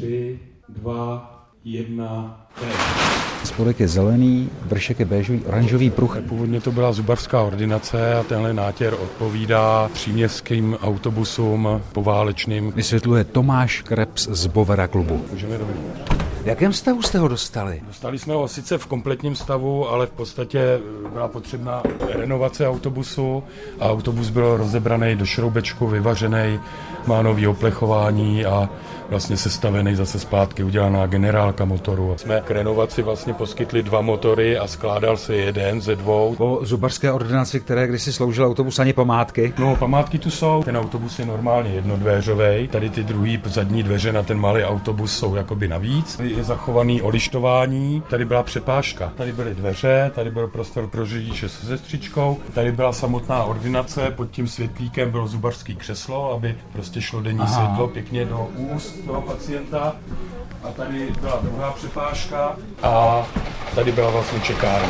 3, 2, 1, teď. Spodek je zelený, vršek je béžový, oranžový pruh. Původně to byla zubařská ordinace a tenhle nátěr odpovídá příměstským autobusům poválečným. Vysvětluje Tomáš Krebs z Bovera klubu. Můžeme dovnitř. V jakém stavu jste ho dostali? Dostali jsme ho sice v kompletním stavu, ale v podstatě byla potřebná renovace autobusu a autobus byl rozebraný do šroubečku, vyvařený, má nový oplechování a vlastně sestavený zase zpátky, udělaná generálka motoru. Jsme k renovaci vlastně poskytli 2 motory a skládal se jeden ze 2. Po zubařské ordinaci, které kdysi sloužil autobus, ani památky? No, památky tu jsou. Ten autobus je normálně jednodvéřovej. Tady ty druhý zadní dveře na ten malý autobus jsou jakoby navíc. Je zachovaný olištování. Tady byla přepážka. Tady byly dveře, tady byl prostor pro řidiče se sestřičkou. Tady byla samotná ordinace, pod tím světlíkem bylo zubařský křeslo, aby prostě šlo denní světlo pěkně do úst toho pacienta. A tady byla druhá přepážka a tady byla vlastně čekárna.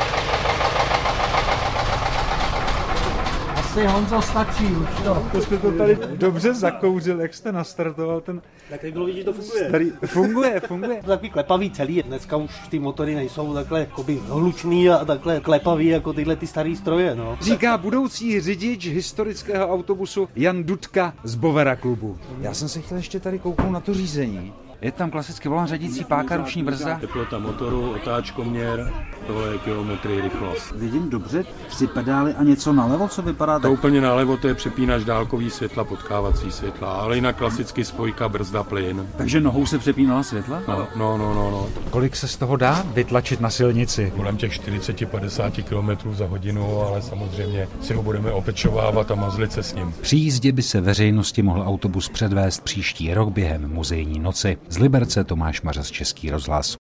Asi Honzo stačí už to. To jste to tady dobře zakouřil, jak jste nastartoval ten... Tak tady bylo vidět, že to funguje. Starý... Funguje. Takový klepavý celý. Dneska už ty motory nejsou takhle jakoby hlučný a takhle klepavý jako tyhle ty starý stroje, no. Říká budoucí řidič historického autobusu Jan Dudka z Bovera klubu. Já jsem se chtěl ještě tady kouknout na to řízení. Je tam klasicky volant, řadící páka, ruční brzda. Teplota motoru, otáčkoměr, tohle je kilometry, rychlost. Vidím dobře 3 pedály a něco nalevo, co vypadá To úplně nalevo, to je přepínač dálkový světla, potkávací světla, ale jinak klasicky spojka, brzda, plyn. Takže nohou se přepínala světla? No. Kolik se z toho dá vytlačit na silnici? Kolem těch 40-50 km za hodinu, ale samozřejmě si ho budeme opečovávat a mazlit se s ním. Při jízdě by se veřejnosti mohl autobus předvést příští rok během muzejní noci. Z Liberce Tomáš Mařas, Český rozhlas.